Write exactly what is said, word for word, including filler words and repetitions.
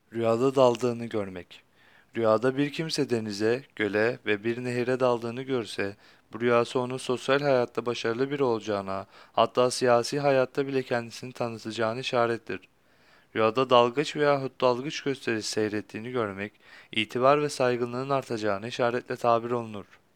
Rüyada daldığını görmek. Rüyada bir kimse denize, göle ve bir nehire daldığını görse, bu rüyası onun sosyal hayatta başarılı biri olacağına, hatta siyasi hayatta bile kendisini tanıtacağını işarettir. Rüyada dalgıç veyahut dalgıç gösterisi seyrettiğini görmek, itibar ve saygınlığın artacağını işaretle tabir olunur.